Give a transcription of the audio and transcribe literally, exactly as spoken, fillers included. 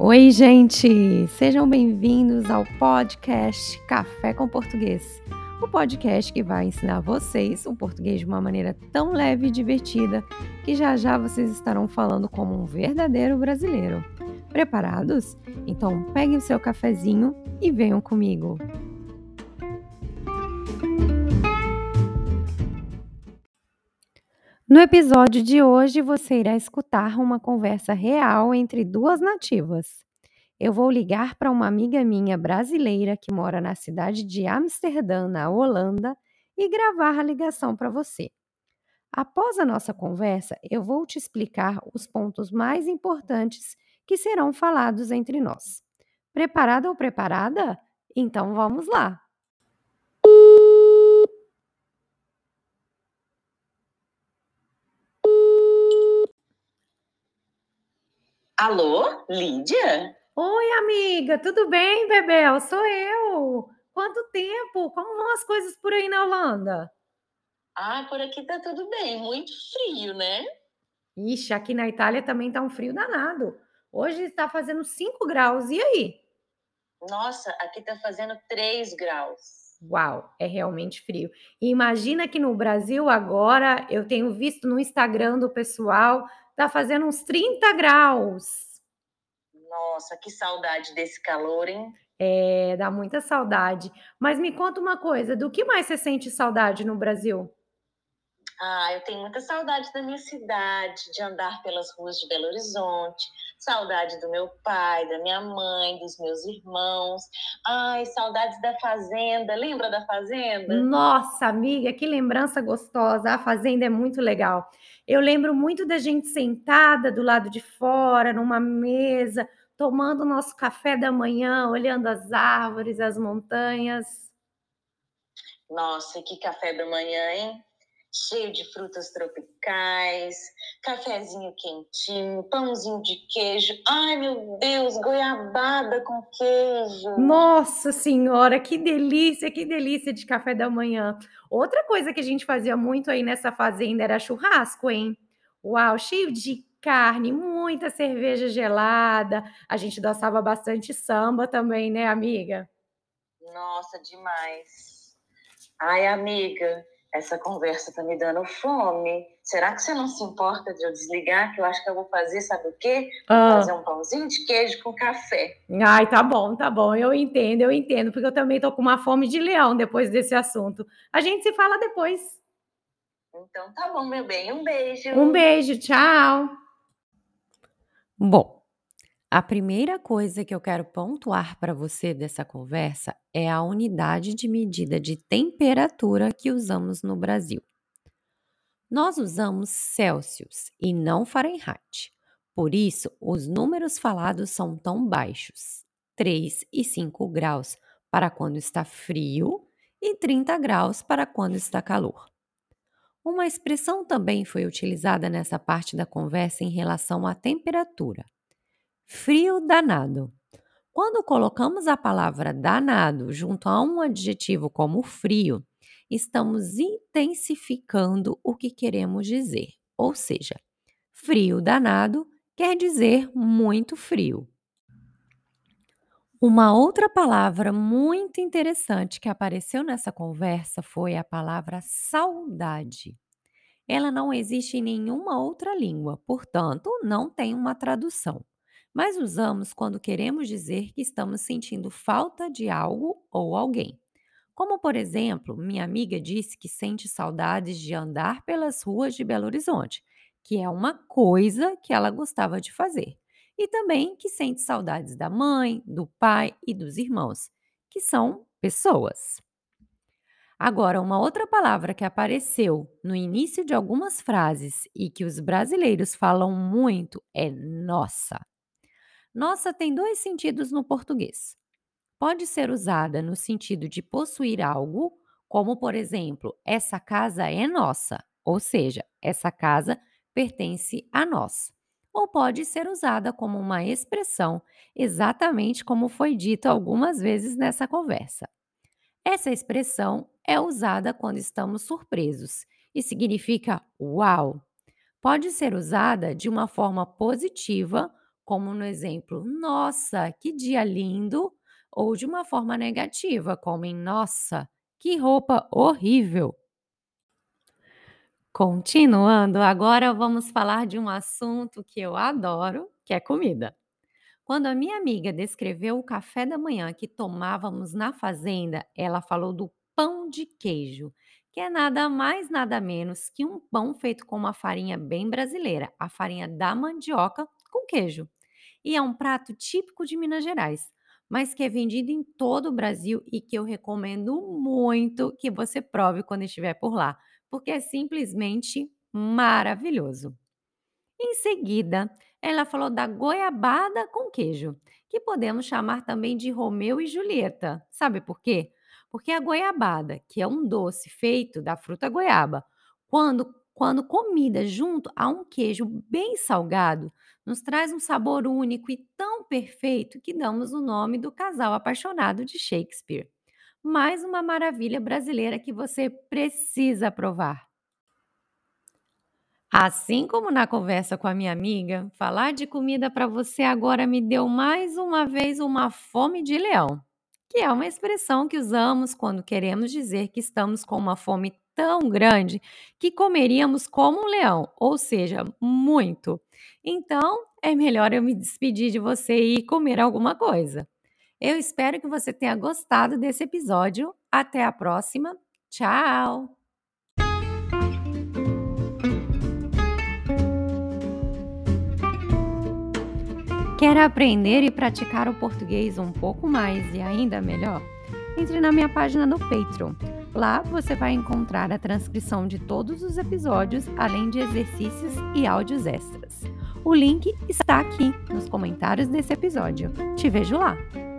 Oi, gente! Sejam bem-vindos ao podcast Café com Português, o podcast que vai ensinar vocês o português de uma maneira tão leve e divertida que já já vocês estarão falando como um verdadeiro brasileiro. Preparados? Então peguem o seu cafezinho e venham comigo! No episódio de hoje, você irá escutar uma conversa real entre duas nativas. Eu vou ligar para uma amiga minha brasileira que mora na cidade de Amsterdã, na Holanda, e gravar a ligação para você. Após a nossa conversa, eu vou te explicar os pontos mais importantes que serão falados entre nós. Preparada ou preparada? Então vamos lá! Alô, Lídia? Oi, amiga, tudo bem, Bebel? Sou eu! Quanto tempo? Como vão as coisas por aí na Holanda? Ah, por aqui tá tudo bem, muito frio, né? Ixi, aqui na Itália também tá um frio danado. Hoje está fazendo cinco graus, e aí? Nossa, aqui tá fazendo três graus. Uau, é realmente frio. E imagina que no Brasil agora, eu tenho visto no Instagram do pessoal, tá fazendo uns trinta graus. Nossa, que saudade desse calor, hein? É, dá muita saudade. Mas me conta uma coisa, do que mais você sente saudade no Brasil? Ah, eu tenho muita saudade da minha cidade, de andar pelas ruas de Belo Horizonte, saudade do meu pai, da minha mãe, dos meus irmãos. Ai, saudades da fazenda, lembra da fazenda? Nossa, amiga, que lembrança gostosa. A fazenda é muito legal. Eu lembro muito da gente sentada do lado de fora, numa mesa, tomando o nosso café da manhã, olhando as árvores, as montanhas. Nossa, que café da manhã, hein? Cheio de frutas tropicais, cafezinho quentinho, pãozinho de queijo. Ai, meu Deus, goiabada com queijo. Nossa Senhora, que delícia, que delícia de café da manhã. Outra coisa que a gente fazia muito aí nessa fazenda era churrasco, hein? Uau, cheio de carne, muita cerveja gelada. A gente dançava bastante samba também, né, amiga? Nossa, demais. Ai, amiga, essa conversa tá me dando fome. Será que você não se importa de eu desligar? Que eu acho que eu vou fazer, sabe o quê? Vou Ah. fazer um pãozinho de queijo com café. Ai, tá bom, tá bom. Eu entendo, eu entendo, porque eu também tô com uma fome de leão depois desse assunto. A gente se fala depois. Então tá bom, meu bem. Um beijo. Um beijo, tchau. Bom, a primeira coisa que eu quero pontuar para você dessa conversa é a unidade de medida de temperatura que usamos no Brasil. Nós usamos Celsius e não Fahrenheit. Por isso, os números falados são tão baixos: três e cinco graus para quando está frio e trinta graus para quando está calor. Uma expressão também foi utilizada nessa parte da conversa em relação à temperatura: frio danado. Quando colocamos a palavra danado junto a um adjetivo como frio, estamos intensificando o que queremos dizer, ou seja, frio danado quer dizer muito frio. Uma outra palavra muito interessante que apareceu nessa conversa foi a palavra saudade. Ela não existe em nenhuma outra língua, portanto, não tem uma tradução. Mas usamos quando queremos dizer que estamos sentindo falta de algo ou alguém. Como, por exemplo, minha amiga disse que sente saudades de andar pelas ruas de Belo Horizonte, que é uma coisa que ela gostava de fazer. E também que sente saudades da mãe, do pai e dos irmãos, que são pessoas. Agora, uma outra palavra que apareceu no início de algumas frases e que os brasileiros falam muito é nossa. Nossa tem dois sentidos no português. Pode ser usada no sentido de possuir algo, como por exemplo, essa casa é nossa, ou seja, essa casa pertence a nós. Ou pode ser usada como uma expressão, exatamente como foi dito algumas vezes nessa conversa. Essa expressão é usada quando estamos surpresos e significa uau. Pode ser usada de uma forma positiva, como no exemplo "Nossa, que dia lindo!" ou de uma forma negativa, como em "Nossa, que roupa horrível!". Continuando, agora vamos falar de um assunto que eu adoro, que é comida. Quando a minha amiga descreveu o café da manhã que tomávamos na fazenda, ela falou do pão de queijo, que é nada mais nada menos que um pão feito com uma farinha bem brasileira, a farinha da mandioca com queijo. E é um prato típico de Minas Gerais, mas que é vendido em todo o Brasil e que eu recomendo muito que você prove quando estiver por lá, porque é simplesmente maravilhoso. Em seguida, ela falou da goiabada com queijo, que podemos chamar também de Romeu e Julieta. Sabe por quê? Porque a goiabada, que é um doce feito da fruta goiaba, quando, quando comida junto a um queijo bem salgado, nos traz um sabor único e tão perfeito que damos o nome do casal apaixonado de Shakespeare. Mais uma maravilha brasileira que você precisa provar. Assim como na conversa com a minha amiga, falar de comida para você agora me deu mais uma vez uma fome de leão, que é uma expressão que usamos quando queremos dizer que estamos com uma fome tão grande que comeríamos como um leão, ou seja, muito. Então, é melhor eu me despedir de você e ir comer alguma coisa. Eu espero que você tenha gostado desse episódio. Até a próxima. Tchau! Quer aprender e praticar o português um pouco mais e ainda melhor? Entre na minha página no Patreon. Lá você vai encontrar a transcrição de todos os episódios, além de exercícios e áudios extras. O link está aqui nos comentários desse episódio. Te vejo lá!